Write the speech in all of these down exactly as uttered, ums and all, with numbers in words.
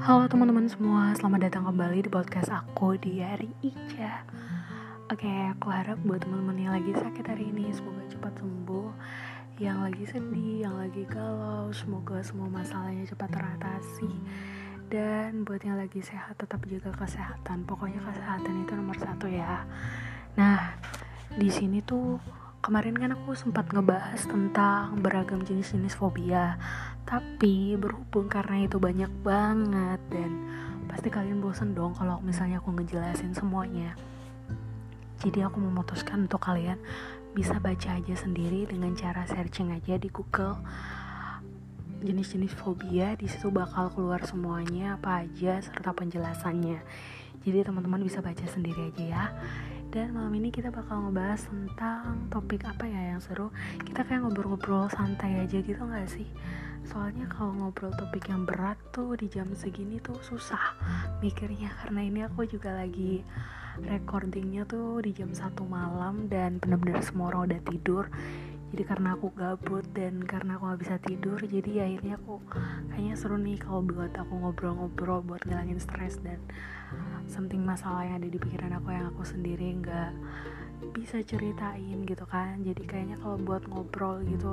Halo teman-teman semua, selamat datang kembali di podcast aku di hari Ica. Oke, aku harap buat teman-teman yang lagi sakit hari ini semoga cepat sembuh. Yang lagi sedih, yang lagi galau, semoga semua masalahnya cepat teratasi. Dan buat yang lagi sehat, tetap jaga kesehatan. Pokoknya kesehatan itu nomor satu ya. Nah, di sini tuh kemarin kan aku sempat ngebahas tentang beragam jenis-jenis fobia. Tapi berhubung karena itu banyak banget dan pasti kalian bosen dong kalau misalnya aku ngejelasin semuanya. Jadi aku memutuskan untuk kalian bisa baca aja sendiri dengan cara searching aja di Google jenis-jenis fobia. Di situ bakal keluar semuanya apa aja serta penjelasannya. Jadi teman-teman bisa baca sendiri aja ya. Dan malam ini kita bakal ngebahas tentang topik apa ya yang seru. Kita kayak ngobrol-ngobrol santai aja gitu gak sih? Soalnya kalau ngobrol topik yang berat tuh di jam segini tuh susah mikirnya. Karena ini aku juga lagi recordingnya tuh di jam satu malam dan benar-benar semua orang udah tidur. Jadi karena aku gabut dan karena aku gak bisa tidur, jadi akhirnya aku kayaknya seru nih kalau buat aku ngobrol-ngobrol buat ngilangin stres dan something masalah yang ada di pikiran aku yang aku sendiri gak bisa ceritain gitu kan. Jadi kayaknya kalau buat ngobrol gitu,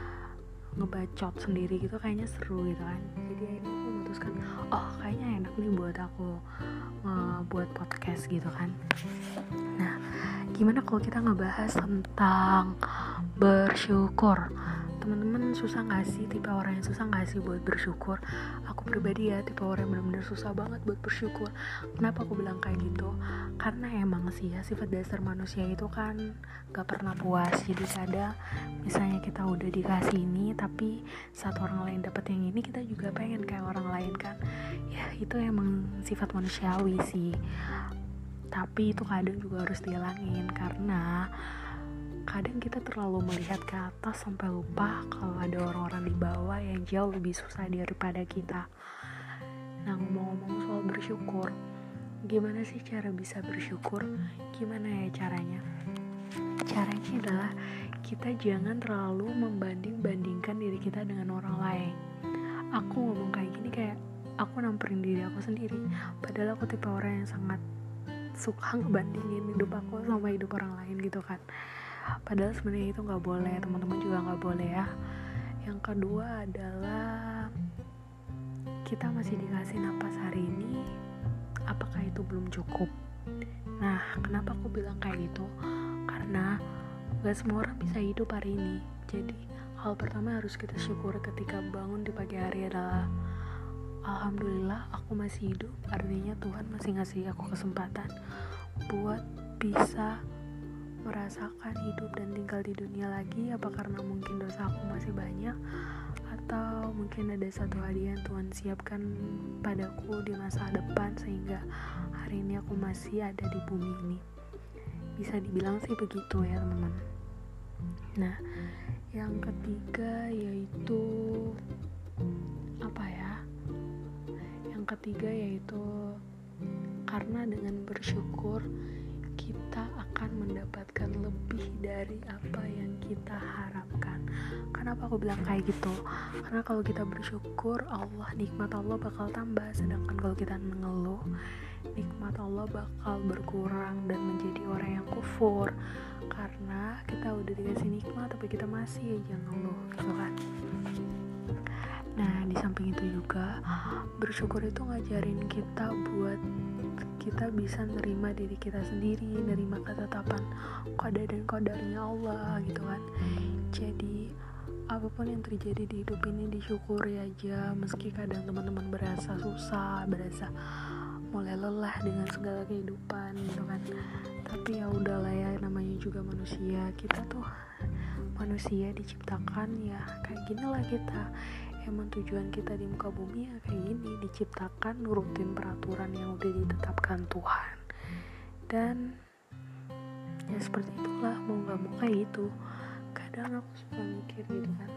ngebacot sendiri gitu kayaknya seru gitu kan. Jadi akhirnya aku memutuskan, oh kayaknya enak nih buat aku ngebuat podcast gitu kan. Nah, gimana kalau kita ngebahas tentang bersyukur? Teman-teman susah gak sih, tipe orang yang susah gak sih buat bersyukur? Aku pribadi ya tipe orang yang benar-benar susah banget buat bersyukur. Kenapa aku bilang kayak gitu? Karena emang sih ya sifat dasar manusia itu kan gak pernah puas. Jadi kadang misalnya kita udah dikasih ini, tapi saat orang lain dapat yang ini, kita juga pengen kayak orang lain kan. Ya itu emang sifat manusiawi sih. Tapi itu kadang juga harus dihilangin karena kadang kita terlalu melihat ke atas sampai lupa kalau ada orang-orang di bawah yang jauh lebih susah daripada kita. Nah, ngomong-ngomong soal bersyukur, gimana sih cara bisa bersyukur? Gimana ya caranya? Caranya adalah kita jangan terlalu membanding-bandingkan diri kita dengan orang lain. Aku ngomong kayak gini kayak aku namperin diri aku sendiri. Padahal aku tipe orang yang sangat suka ngebandingin hidup aku sama hidup orang lain gitu kan. Padahal sebenarnya itu nggak boleh, teman-teman juga nggak boleh ya. Yang kedua adalah kita masih dikasih napas hari ini, apakah itu belum cukup? Nah, kenapa aku bilang kayak gitu? Karena nggak semua orang bisa hidup hari ini. Jadi hal pertama harus kita syukur ketika bangun di pagi hari adalah alhamdulillah aku masih hidup. Artinya Tuhan masih ngasih aku kesempatan buat bisa merasakan hidup dan tinggal di dunia lagi. Apa karena mungkin dosa aku masih banyak, atau mungkin ada satu hadiah yang Tuhan siapkan padaku di masa depan sehingga hari ini aku masih ada di bumi ini. Bisa dibilang sih begitu ya teman-teman. Nah, yang ketiga yaitu apa ya? Yang ketiga yaitu karena dengan bersyukur kita akan mendapatkan lebih dari apa yang kita harapkan. Kenapa aku bilang kayak gitu? Karena kalau kita bersyukur, Allah, nikmat Allah bakal tambah. Sedangkan kalau kita mengeluh, nikmat Allah bakal berkurang dan menjadi orang yang kufur. Karena kita udah dikasih nikmat tapi kita masih aja ngeluh gitu kan. Nah, di samping itu juga bersyukur itu ngajarin kita buat kita bisa nerima diri kita sendiri, nerima ketetapan qada dan qadarnya Allah gitu kan. Jadi apapun yang terjadi di hidup ini disyukuri aja, meski kadang teman-teman berasa susah, berasa mulai lelah dengan segala kehidupan gitu kan. Tapi ya udahlah ya, namanya juga manusia. Kita tuh manusia diciptakan ya kayak gini lah kita. Emang tujuan kita di muka bumi ya kayak gini, diciptakan nurutin peraturan yang udah ditetapkan Tuhan. Dan ya seperti itulah, mau gak mau kayak gitu. Kadang aku suka mikir gitu kan,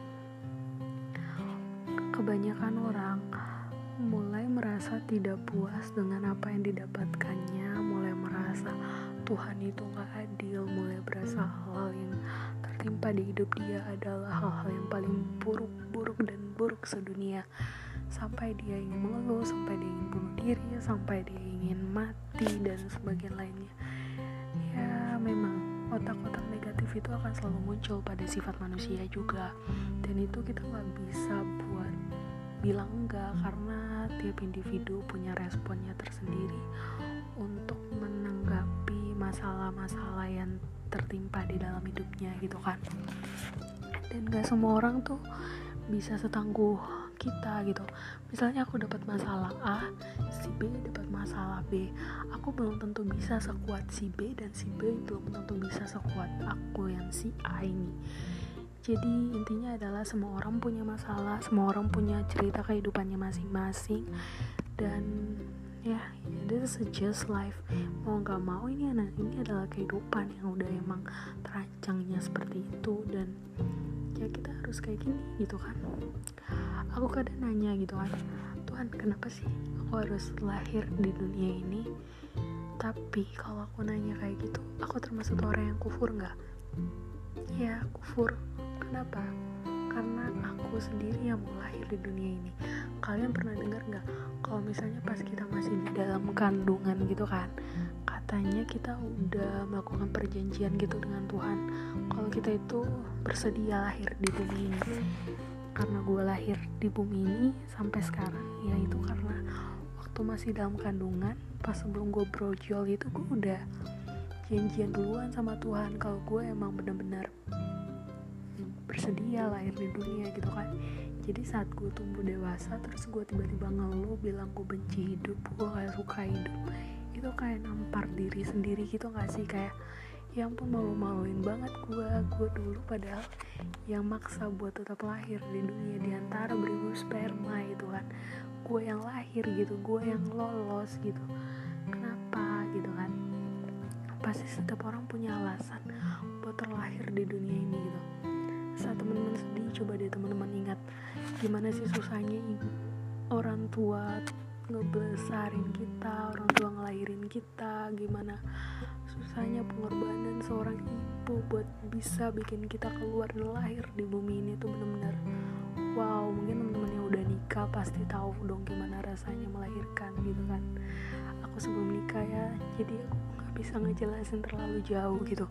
kebanyakan orang mulai merasa tidak puas dengan apa yang didapatkannya, mulai merasa Tuhan itu gak adil, mulai berasa hal-hal yang tertimpa di hidup dia adalah hal-hal yang paling buruk-buruk dan buruk sedunia, sampai dia ingin mengeluh, sampai dia ingin bunuh diri, sampai dia ingin mati dan sebagainya lainnya. Ya memang otak-otak negatif itu akan selalu muncul pada sifat manusia juga, dan itu kita gak bisa buat bilang enggak, karena tiap individu punya responnya tersendiri untuk menanggapi masalah-masalah yang tertimpa di dalam hidupnya gitu kan. Dan gak semua orang tuh bisa setangguh kita gitu. Misalnya aku dapat masalah A, si B dapat masalah B, aku belum tentu bisa sekuat si B, dan si B belum tentu bisa sekuat aku yang si A ini. Jadi intinya adalah semua orang punya masalah, semua orang punya cerita kehidupannya masing-masing, dan ya, this is just life. Mau gak mau ini ini adalah kehidupan yang udah emang terancangnya seperti itu, dan ya kita harus kayak gini gitu kan. Aku kadang nanya gitu kan, Tuhan kenapa sih aku harus lahir di dunia ini? Tapi kalau aku nanya kayak gitu, aku termasuk orang yang kufur gak? Ya kufur. Kenapa? Karena aku sendiri yang mau lahir di dunia ini. Kalian pernah dengar gak kalau misalnya pas kita masih di dalam kandungan gitu kan, katanya kita udah melakukan perjanjian gitu dengan Tuhan kalau kita itu bersedia lahir di bumi ini. Karena gue lahir di bumi ini sampai sekarang, ya itu karena waktu masih dalam kandungan, pas sebelum gue brojol itu gue udah janjian duluan sama Tuhan kalau gue emang benar-benar bersedia lahir di dunia gitu kan. Jadi saat gue tumbuh dewasa, terus gue tiba-tiba ngeluh bilang gue benci hidup, gue gak suka hidup, itu kayak nampar diri sendiri gitu gak sih? Kayak ya ampun, malu-maluin banget gue gue dulu, padahal yang maksa buat tetap lahir di dunia diantara beribu sperma itu kan gue yang lahir gitu, gue yang lolos gitu. Kenapa gitu kan? Pasti setiap orang punya alasan buat terlahir di dunia ini gitu. Saat teman-teman sedih, coba deh teman-teman ingat gimana sih susahnya orang tua ngebesarin kita, orang tua ngelahirin kita, gimana susahnya pengorbanan seorang ibu buat bisa bikin kita keluar dan lahir di bumi ini tuh benar-benar wow. Mungkin teman-teman yang udah nikah pasti tahu dong gimana rasanya melahirkan gitu kan. Aku sebelum nikah ya, jadi aku nggak bisa ngejelasin terlalu jauh gitu.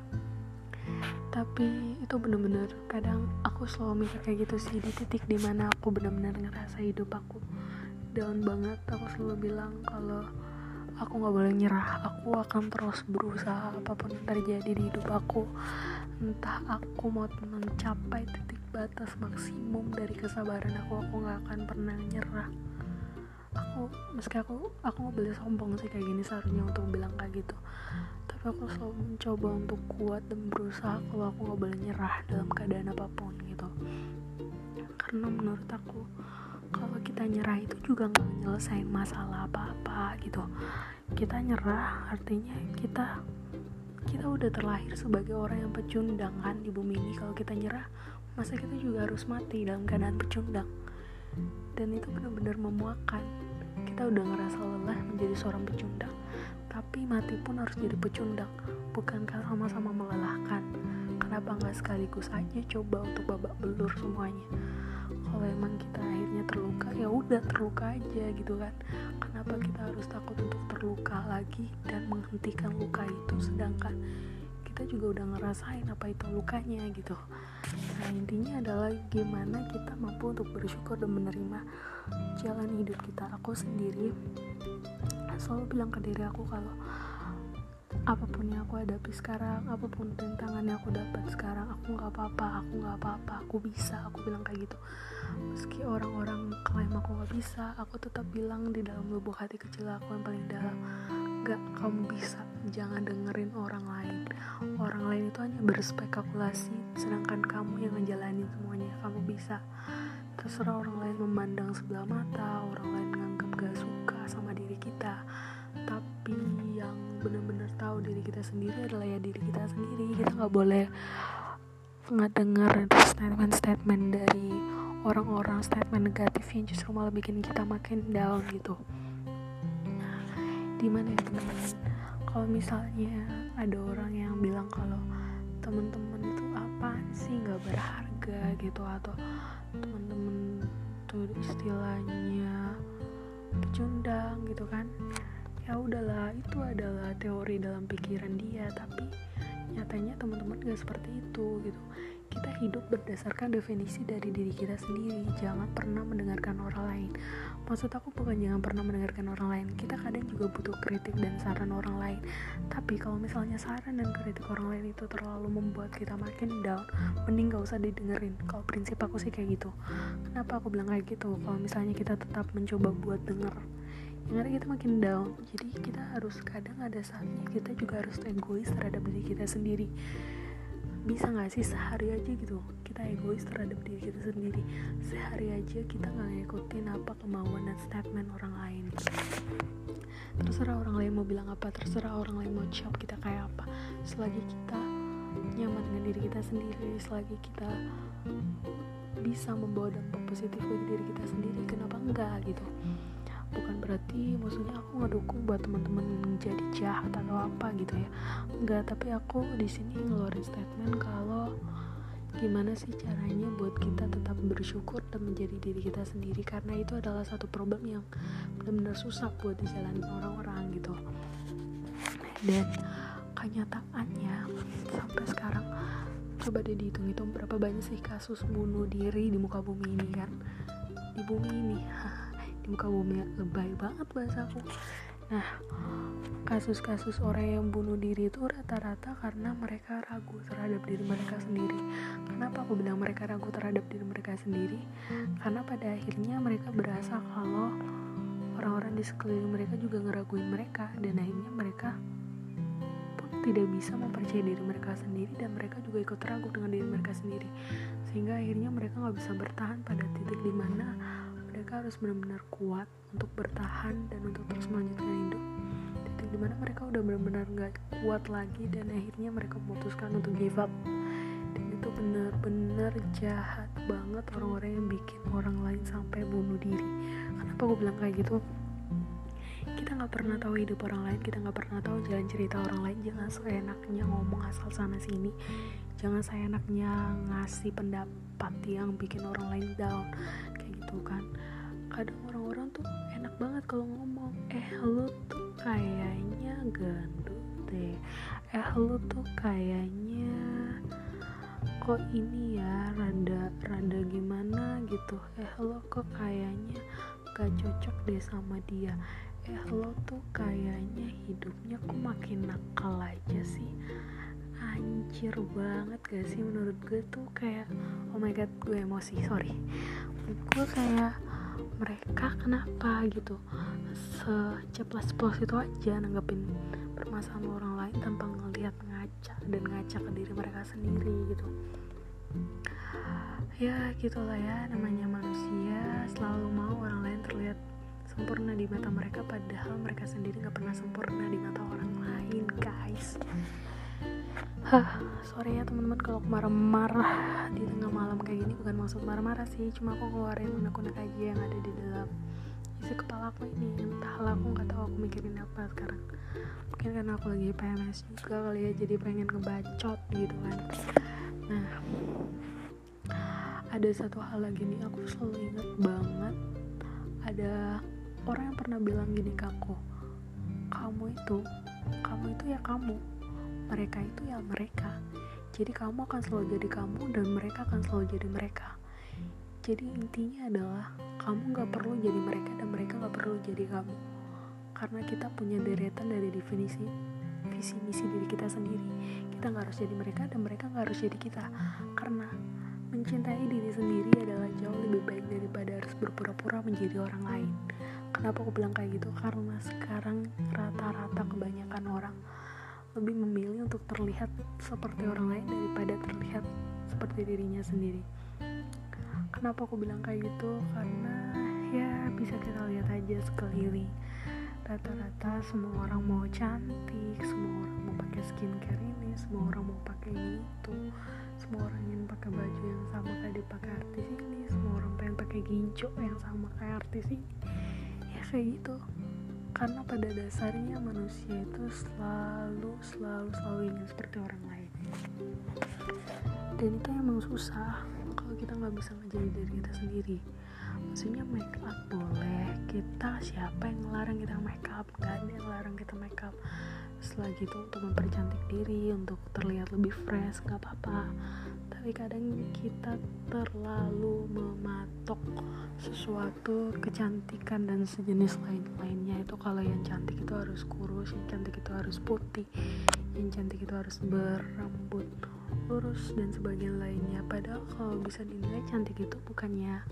Tapi itu bener-bener kadang aku selalu mikir kayak gitu sih, di titik dimana aku benar-benar ngerasa hidup aku down banget. Aku selalu bilang kalau aku gak boleh nyerah, aku akan terus berusaha apapun yang terjadi di hidup aku. Entah aku mau mencapai titik batas maksimum dari kesabaran aku, aku gak akan pernah nyerah. Aku, meski aku aku gak boleh sombong sih kayak gini seharusnya untuk bilang kayak gitu, tapi aku selalu mencoba untuk kuat dan berusaha kalau aku gak boleh nyerah dalam keadaan apapun gitu. Karena menurut aku kalau kita nyerah itu juga gak nyelesain masalah apa-apa gitu. Kita nyerah artinya kita kita udah terlahir sebagai orang yang pecundang kan di bumi ini. Kalau kita nyerah, masa kita juga harus mati dalam keadaan pecundang? Dan itu benar-benar memuakkan. Kita udah ngerasa lelah menjadi seorang pecundang, tapi mati pun harus jadi pecundang. Bukankah sama-sama melelahkan? Kenapa gak sekaligus aja coba untuk babak belur semuanya? Kalau emang kita akhirnya terluka, ya udah terluka aja gitu kan. Kenapa kita harus takut untuk terluka lagi dan menghentikan luka itu, sedangkan kita juga udah ngerasain apa itu lukanya gitu. Nah intinya adalah gimana kita mampu untuk bersyukur dan menerima jalan hidup kita. Aku sendiri selalu bilang ke diri aku kalau apapun yang aku hadapi sekarang, apapun tantangan yang aku dapat sekarang, aku gak apa-apa, aku gak apa-apa, aku bisa. Aku bilang kayak gitu. Meski orang-orang klaim aku gak bisa, aku tetap bilang di dalam lubuk hati kecil aku yang paling dalam, gak, kamu bisa. Jangan dengerin orang lain. Orang lain itu hanya berspekulasi, sedangkan kamu yang ngejalanin semuanya. Kamu bisa. Terserah orang lain memandang sebelah mata, orang lain nganggap gak suka sama diri kita, tapi yang benar-benar tahu diri kita sendiri adalah ya diri kita sendiri. Kita gak boleh nggak dengar statement-statement dari orang-orang, statement negatif yang justru malah bikin kita makin down gitu. Dimana ya teman-teman, Kalau misalnya ada orang yang bilang kalau teman-teman itu apaan sih, nggak berharga gitu, atau teman-teman tuh istilahnya pecundang gitu kan, ya udahlah, itu adalah teori dalam pikiran dia, tapi nyatanya teman-teman gak seperti itu gitu. Kita hidup berdasarkan definisi dari diri kita sendiri. Jangan pernah mendengarkan orang lain. Maksud aku bukan jangan pernah mendengarkan orang lain, kita kadang juga butuh kritik dan saran orang lain. Tapi kalau misalnya saran dan kritik orang lain itu terlalu membuat kita makin down, mending gak usah didengerin. Kalau prinsip aku sih kayak gitu. Kenapa aku bilang kayak gitu? Kalau misalnya kita tetap mencoba buat denger, yang ada kita makin down. Jadi kita harus, kadang ada saatnya kita juga harus egois terhadap diri kita sendiri. Bisa gak sih sehari aja gitu kita egois terhadap diri kita sendiri, sehari aja kita gak ngikutin apa kemauan dan statement orang lain. Terserah orang lain mau bilang apa, terserah orang lain mau jawab kita kayak apa, selagi kita nyaman dengan diri kita sendiri, selagi kita bisa membawa dampak positif bagi diri kita sendiri, kenapa enggak gitu. Bukan berarti maksudnya aku ngedukung buat teman-teman menjadi jahat atau apa gitu ya, enggak. Tapi aku di sini ngeluarin statement kalau gimana sih caranya buat kita tetap bersyukur dan menjadi diri kita sendiri, karena itu adalah satu problem yang benar-benar susah buat dijalanin orang-orang gitu. Dan kenyataannya sampai sekarang, coba deh dihitung-hitung berapa banyak sih kasus bunuh diri di muka bumi ini kan, di bumi ini di muka bumi, lebay banget bahasaku. Nah, kasus-kasus orang yang bunuh diri itu rata-rata karena mereka ragu terhadap diri mereka sendiri. Kenapa aku bilang mereka ragu terhadap diri mereka sendiri? Karena pada akhirnya mereka berasa kalau orang-orang di sekeliling mereka juga ngeraguin mereka, dan akhirnya mereka pun tidak bisa mempercayai diri mereka sendiri, dan mereka juga ikut ragu dengan diri mereka sendiri, sehingga akhirnya mereka gak bisa bertahan pada titik dimana mereka harus benar-benar kuat untuk bertahan dan untuk terus melanjutkan hidup. Titik dimana mereka udah benar-benar gak kuat lagi, dan akhirnya mereka memutuskan untuk give up. Dan itu benar-benar jahat banget orang-orang yang bikin orang lain sampai bunuh diri. Kenapa gue bilang kayak gitu? Kita gak pernah tahu hidup orang lain, kita gak pernah tahu jalan cerita orang lain. Jangan seenaknya ngomong asal sana sini, jangan seenaknya ngasih pendapat yang bikin orang lain down kayak gitu kan. Kadang orang-orang tuh enak banget kalau ngomong, eh lu tuh kayaknya gendut deh, eh lu tuh kayaknya kok ini ya rada rada gimana gitu, eh lo kok kayaknya gak cocok deh sama dia, eh lo tuh kayaknya hidupnya kok makin nakal aja sih. Anjir banget gak sih? Menurut gue tuh kayak, oh my god, gue emosi, sorry. Menurut gue kayak mereka kenapa gitu seceplas-ceplos itu aja nanggepin permasalahan orang lain tanpa ngelihat, ngaca dan ngaca ke diri mereka sendiri gitu. Ya gitulah ya, namanya manusia, selalu mau orang lain terlihat sempurna di mata mereka, padahal mereka sendiri gak pernah sempurna di mata orang lain, guys. Hah, sorry ya teman-teman kalau aku marah-marah di tengah malam kayak gini. Bukan maksud marah-marah sih, cuma aku ngeluarin unek-unek aja yang ada di dalam isi kepala aku ini. Entahlah, aku gak tahu aku mikirin apa sekarang. Mungkin karena aku lagi P M S juga kali ya, jadi pengen ngebacot gitu kan. Nah, ada satu hal lagi nih, aku selalu ingat banget. Ada orang yang pernah bilang gini ke aku, kamu itu, kamu itu ya kamu, mereka itu ya mereka. Jadi kamu akan selalu jadi kamu, dan mereka akan selalu jadi mereka. Jadi intinya adalah kamu gak perlu jadi mereka, dan mereka gak perlu jadi kamu. Karena kita punya deretan dari definisi visi misi diri kita sendiri. Kita gak harus jadi mereka, dan mereka gak harus jadi kita. Karena mencintai diri sendiri adalah jauh lebih baik daripada harus berpura-pura menjadi orang lain. Kenapa aku bilang kayak gitu? Karena sekarang rata-rata kebanyakan orang lebih memilih untuk terlihat seperti orang lain daripada terlihat seperti dirinya sendiri. Kenapa aku bilang kayak gitu? Karena ya bisa kita lihat aja sekeliling. Rata-rata semua orang mau cantik, semua orang mau pakai skincare ini, semua orang mau pakai itu, semua orang ingin pakai baju yang sama kayak dipakai artis ini, semua orang pengen pakai ginjo yang sama kayak artis ini. Ya kayak gitu. Karena pada dasarnya manusia itu selalu selalu selalu ingin seperti orang lain, dan itu emang susah kalau kita nggak bisa ngejadi diri kita sendiri. Maksudnya make up boleh, kita siapa yang ngelarang kita make up? Gak ada yang ngelarang kita make up. Setelah gitu untuk mempercantik diri, untuk terlihat lebih fresh, gak apa-apa. Tapi kadang kita terlalu mematok sesuatu kecantikan dan sejenis lain-lainnya. Itu kalau yang cantik itu harus kurus, yang cantik itu harus putih, yang cantik itu harus berambut lurus dan sebagainya lainnya. Padahal kalau bisa dinilai cantik itu bukannya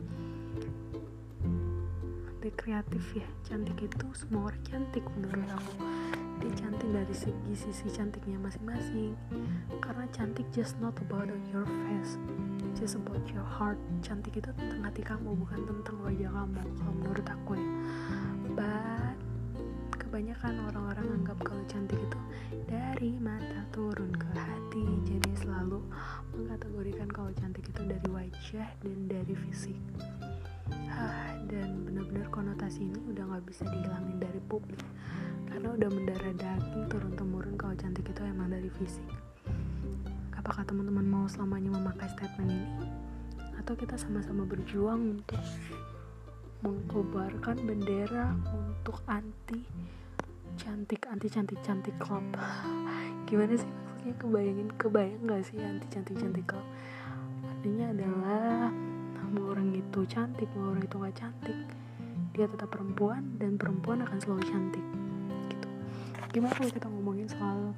dia kreatif ya. Cantik itu semua orang cantik menurut aku. Dia cantik dari segi sisi cantiknya masing-masing. Karena cantik just not about your face, just about your heart. Cantik itu tentang hati kamu, bukan tentang wajah kamu kalau menurut aku ya. But kebanyakan orang-orang anggap kalau cantik itu dari mata turun ke hati. Jadi selalu mengkategorikan kalau cantik itu dari wajah dan dari fisik. Hah, dan benar-benar konotasi ini udah gak bisa dihilangin dari publik, karena udah mendarah daging turun-temurun kalau cantik itu emang dari fisik. Apakah teman-teman mau selamanya memakai statement ini? Atau kita sama-sama berjuang untuk mengkobarkan bendera untuk anti cantik, anti cantik-cantik club? Gimana sih maksudnya, kebayangin, kebayang gak sih anti cantik-cantik club? Artinya adalah mau orang itu cantik, mau orang itu gak cantik, dia tetap perempuan dan perempuan akan selalu cantik gitu. Gimana kalau kita ngomongin soal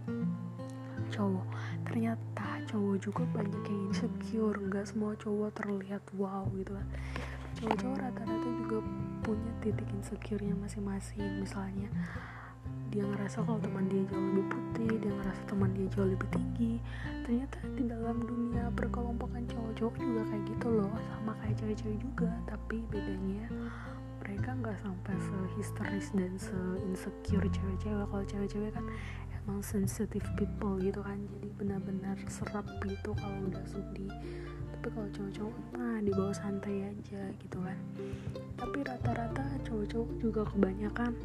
cowok? Ternyata cowok juga banyak yang insecure. Gak semua cowok terlihat wow gitu kan. Cowok-cowok rata-rata juga punya titik insecure-nya masing-masing. Misalnya dia ngerasa kalau teman dia jauh lebih putih, dia ngerasa teman dia jauh lebih tinggi. Ternyata di dalam dunia perkelompokan cowok-cowok juga kayak gitu loh, sama kayak cewek-cewek juga. Tapi bedanya mereka gak sampai sehisteris dan se-insecure cewek-cewek. Kalau cewek-cewek kan emang sensitive people gitu kan, jadi benar-benar serap gitu kalau udah sedih. Tapi kalau cowok-cowok nah di bawah santai aja gitu kan. Tapi rata-rata cowok-cowok juga kebanyakan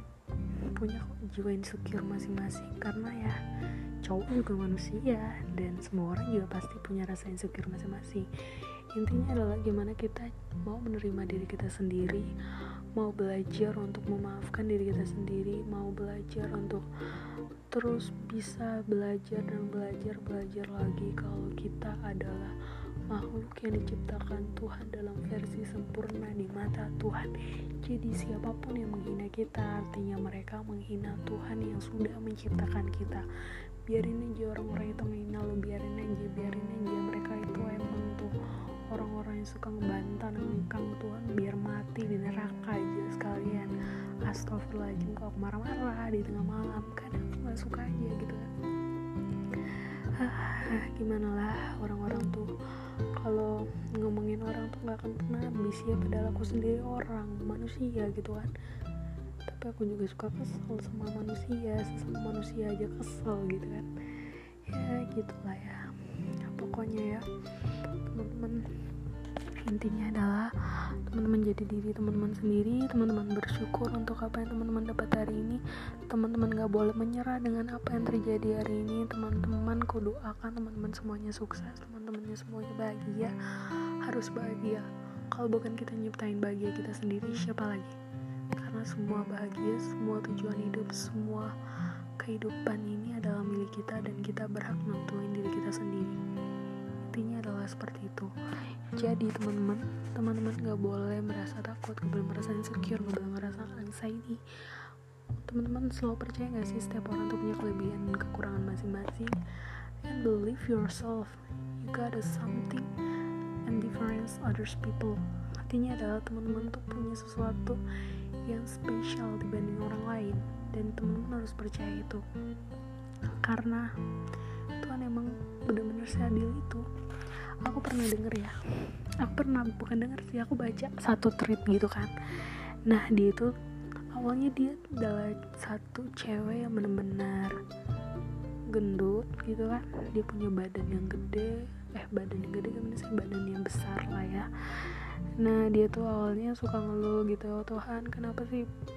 punya jiwa insecure masing-masing, karena ya cowok juga manusia dan semua orang juga pasti punya rasa insecure masing-masing. Intinya adalah gimana kita mau menerima diri kita sendiri, mau belajar untuk memaafkan diri kita sendiri, mau belajar untuk terus bisa belajar dan belajar belajar lagi kalau kita adalah makhluk yang diciptakan Tuhan dalam versi sempurna di mata Tuhan. Jadi siapapun yang menghina kita, artinya mereka menghina Tuhan yang sudah menciptakan kita. Biarin aja orang-orang itu menghina lo, biarin aja, biarin aja. Mereka itu emang tuh orang-orang yang suka ngebantah, ngekang Tuhan, biar mati di neraka aja sekalian. Astagfirullahaladzim, kalau aku marah-marah di tengah malam, kadang aku gak suka aja gitu kan. Ah, gimana lah orang-orang tuh kalau ngomongin orang tuh gak akan pernah habis ya, padahal aku sendiri orang manusia gitu kan. Tapi aku juga suka kesel sama manusia, sesama manusia aja kesel gitu kan. Ya gitulah ya, ya pokoknya ya teman-teman, intinya adalah teman-teman jadi diri teman-teman sendiri, teman-teman bersyukur untuk apa yang teman-teman dapat hari ini. Teman-teman gak boleh menyerah dengan apa yang terjadi hari ini. Teman-teman ku doakan teman-teman semuanya sukses, teman-temannya semuanya bahagia, harus bahagia. Kalau bukan kita nyiptain bahagia kita sendiri, siapa lagi? Karena semua bahagia, semua tujuan hidup, semua kehidupan ini adalah milik kita dan kita berhak nentuin diri kita sendiri. Intinya adalah seperti itu. Jadi teman-teman, teman-teman gak boleh merasa takut, gak boleh merasa insecure, gak boleh merasa anxiety. Teman-teman selalu percaya gak sih setiap orang tuh punya kelebihan dan kekurangan masing-masing. And believe yourself, you got a something and difference others people. Artinya adalah teman-teman tuh punya sesuatu yang spesial dibanding orang lain, dan teman-teman harus percaya itu. Karena Tuhan emang benar-benar seadil itu. Aku pernah denger ya, aku pernah bukan denger sih, aku baca satu tweet gitu kan. Nah dia itu awalnya dia adalah satu cewek yang benar-benar gendut gitu kan. Dia punya badan yang gede, eh badan yang gede gimana sih, badan yang besar lah ya. Nah dia tuh awalnya suka ngeluh gitu, oh Tuhan kenapa sih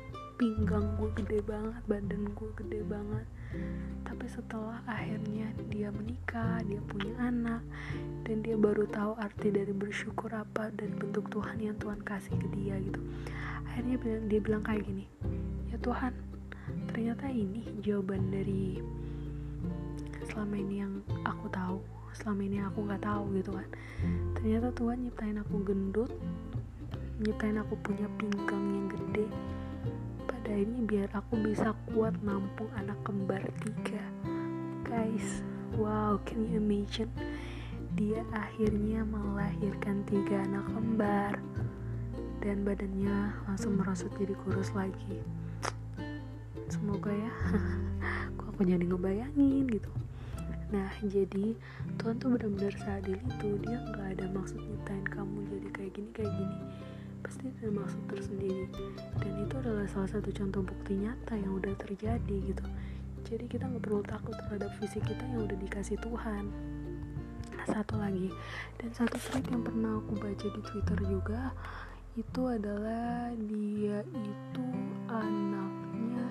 pinggang gue gede banget, badan gue gede banget. Tapi setelah akhirnya dia menikah, dia punya anak, dan dia baru tahu arti dari bersyukur apa dari bentuk Tuhan yang Tuhan kasih ke dia gitu. Akhirnya dia bilang kayak gini, ya Tuhan, ternyata ini jawaban dari selama ini yang aku tahu, selama ini aku gak tahu gitu kan. Ternyata Tuhan nyiptain aku gendut, nyiptain aku punya pinggang yang gede, pada ini biar aku bisa kuat nampung anak kembar tiga. Guys, wow, can you imagine? Dia akhirnya melahirkan tiga anak kembar dan badannya langsung merosot jadi kurus lagi. Semoga ya kok aku jadi ngebayangin gitu. Nah, jadi Tuhan tuh benar-benar seadil itu. Dia gak ada maksud nyiptain kamu jadi kayak gini kayak gini, pasti ada maksud tersendiri. Dan itu adalah salah satu contoh bukti nyata yang udah terjadi gitu. Jadi kita gak perlu takut terhadap fisik kita yang udah dikasih Tuhan. Nah, satu lagi, dan satu tweet yang pernah aku baca di Twitter juga, itu adalah dia itu anaknya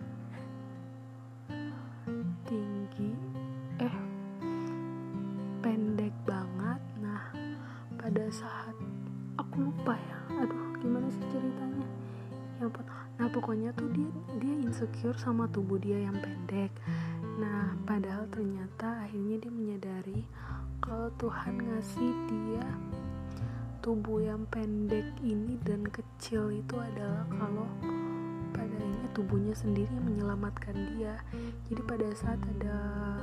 tinggi eh pendek banget. Nah, pada saat aku lupa ya, aduh gimana sih ceritanya ya. Nah pokoknya tuh dia dia insecure sama tubuh dia yang pendek. Nah padahal ternyata akhirnya dia menyadari kalau Tuhan ngasih dia tubuh yang pendek ini dan kecil itu adalah kalau pada akhirnya tubuhnya sendiri yang menyelamatkan dia. Jadi pada saat ada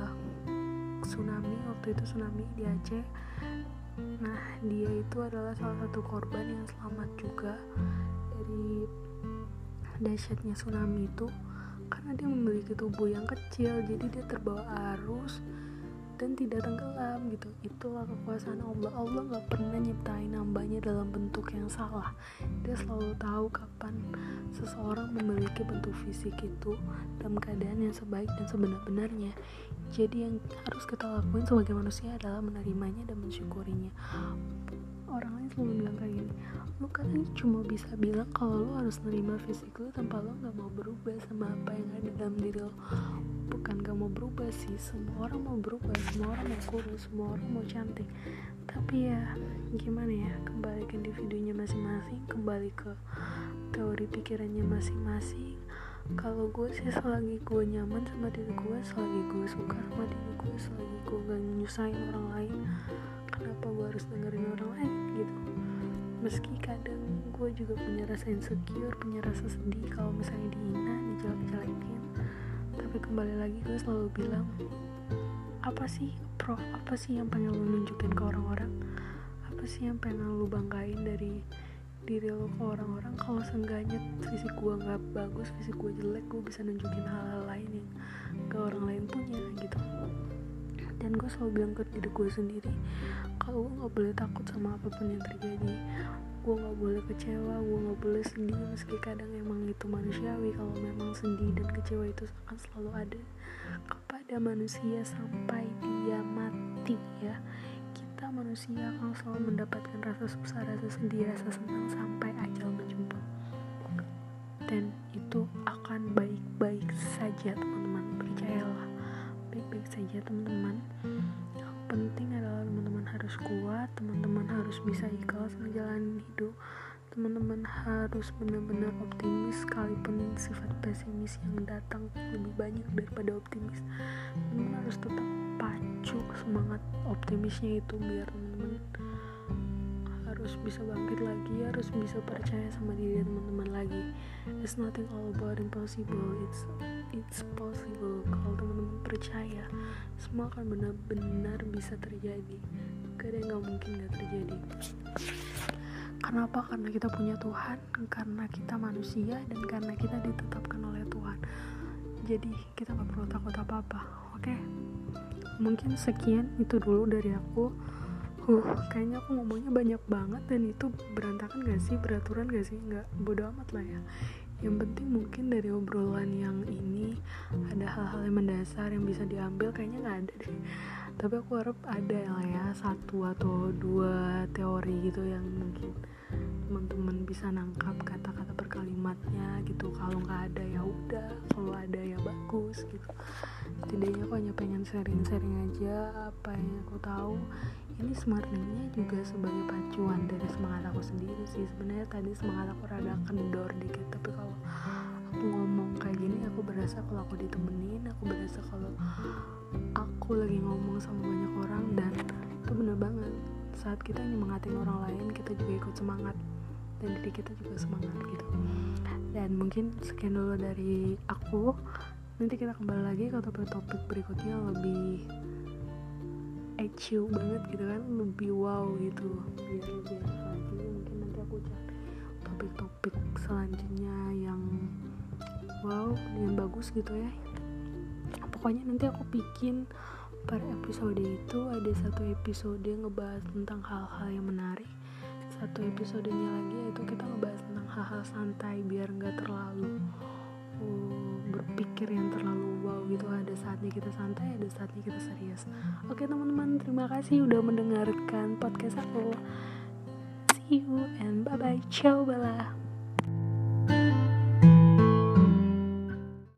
tsunami, waktu itu tsunami di Aceh, nah dia itu adalah salah satu korban yang selamat juga dari dahsyatnya tsunami itu, karena dia memiliki tubuh yang kecil, jadi dia terbawa arus dan tidak tenggelam gitu. Itulah kekuasaan Allah. Allah gak pernah nyiptain hambanya dalam bentuk yang salah. Dia selalu tahu kapan seseorang memiliki bentuk fisik itu dalam keadaan yang sebaik dan sebenar-benarnya. Jadi yang harus kita lakuin sebagai manusia adalah menerimanya dan mensyukurinya. Orang lain selalu bilang kayak gini, lu kan cuma bisa bilang kalau lu harus nerima fisik lu tanpa lu gak mau berubah sama apa yang ada dalam diri lu. Bukan gak mau berubah sih, semua orang mau berubah, semua orang mau kurus, semua orang mau cantik. Tapi ya gimana ya, kembali ke individunya masing-masing, kembali ke teori pikirannya masing-masing. Kalau gue sih selagi gue nyaman sama diri gue, selagi gue suka sama diri gue, selagi gue gak nyusahin orang lain, kenapa gue harus dengerin orang lain gitu. Meski kadang gue juga punya rasa insecure, punya rasa sedih kalau misalnya dihina, dijelek-jelekin. Tapi kembali lagi gue selalu bilang, apa sih pro, apa sih yang pengen lu nunjukin ke orang-orang, apa sih yang pengen lu banggain dari diri lo ke orang-orang. Kalau seenggaknya fisik gue gak bagus, fisik gue jelek, gue bisa nunjukin hal-hal lain yang gak orang lain punya gitu. Dan gue selalu bilang ke diri gue sendiri, kalau gue gak boleh takut sama apapun yang terjadi, gue gak boleh kecewa, gue gak boleh sedih. Meski kadang emang itu manusiawi, kalau memang sedih dan kecewa itu akan selalu ada kepada manusia sampai dia mati ya. Kita manusia akan selalu mendapatkan rasa susah, rasa sedih, rasa senang sampai ajal menjemput. Dan itu akan baik-baik saja teman-teman, percayalah, baik-baik saja teman-teman. Yang penting adalah teman-teman harus kuat, teman-teman harus bisa ikhlas ngejalanin hidup, teman-teman harus benar-benar optimis sekalipun sifat pesimis yang datang lebih banyak daripada optimis. Teman-teman harus tetap pacu semangat optimisnya itu biar teman-teman harus bisa bangkit lagi, harus bisa percaya sama diri teman-teman lagi. It's nothing all about impossible, it's it's possible. Kalau teman-teman percaya, semua akan benar-benar bisa terjadi. Gak ada yang gak mungkin gak terjadi. Kenapa? Karena kita punya Tuhan, karena kita manusia, dan karena kita ditetapkan oleh Tuhan. Jadi kita gak perlu takut apa-apa. Oke okay? Mungkin sekian itu dulu dari aku. Huh, kayaknya aku ngomongnya banyak banget dan itu berantakan gak sih, beraturan gak sih? Gak, bodo amat lah ya. Yang penting mungkin dari obrolan yang ini ada hal-hal yang mendasar yang bisa diambil, kayaknya gak ada deh. Tapi aku harap ada lah ya satu atau dua teori gitu yang mungkin teman-teman bisa nangkap kata-kata per kalimatnya gitu. Kalau nggak ada ya udah, kalau ada ya bagus gitu. Setidaknya aku hanya pengen sharing-sharing aja apa yang aku tahu. Ini sebenarnya juga sebagai pacuan dari semangat aku sendiri sih. Sebenarnya tadi semangat aku rada kendor dikit, tapi kalau aku ngomong kayak gini aku berasa kalau aku ditemenin, aku berasa kalau aku lagi ngomong sama banyak orang. Dan itu bener banget, saat kita nyemangatin orang lain kita juga ikut semangat dan diri kita juga semangat gitu. Dan mungkin sekian dulu dari aku. Nanti kita kembali lagi ke topik-topik berikutnya lebih ecu banget gitu kan, lebih wow gitu, biar lebih enak lagi. Mungkin nanti aku cari topik-topik selanjutnya yang wow, yang bagus gitu ya. Pokoknya nanti aku bikin per episode itu ada satu episode ngebahas tentang hal-hal yang menarik, satu episodenya lagi yaitu kita ngebahas tentang hal-hal santai biar nggak terlalu uh, berpikir yang terlalu wow gitu. Ada saatnya kita santai, ada saatnya kita serius. Oke teman-teman, terima kasih udah mendengarkan podcast aku. See you and bye bye, ciao bala.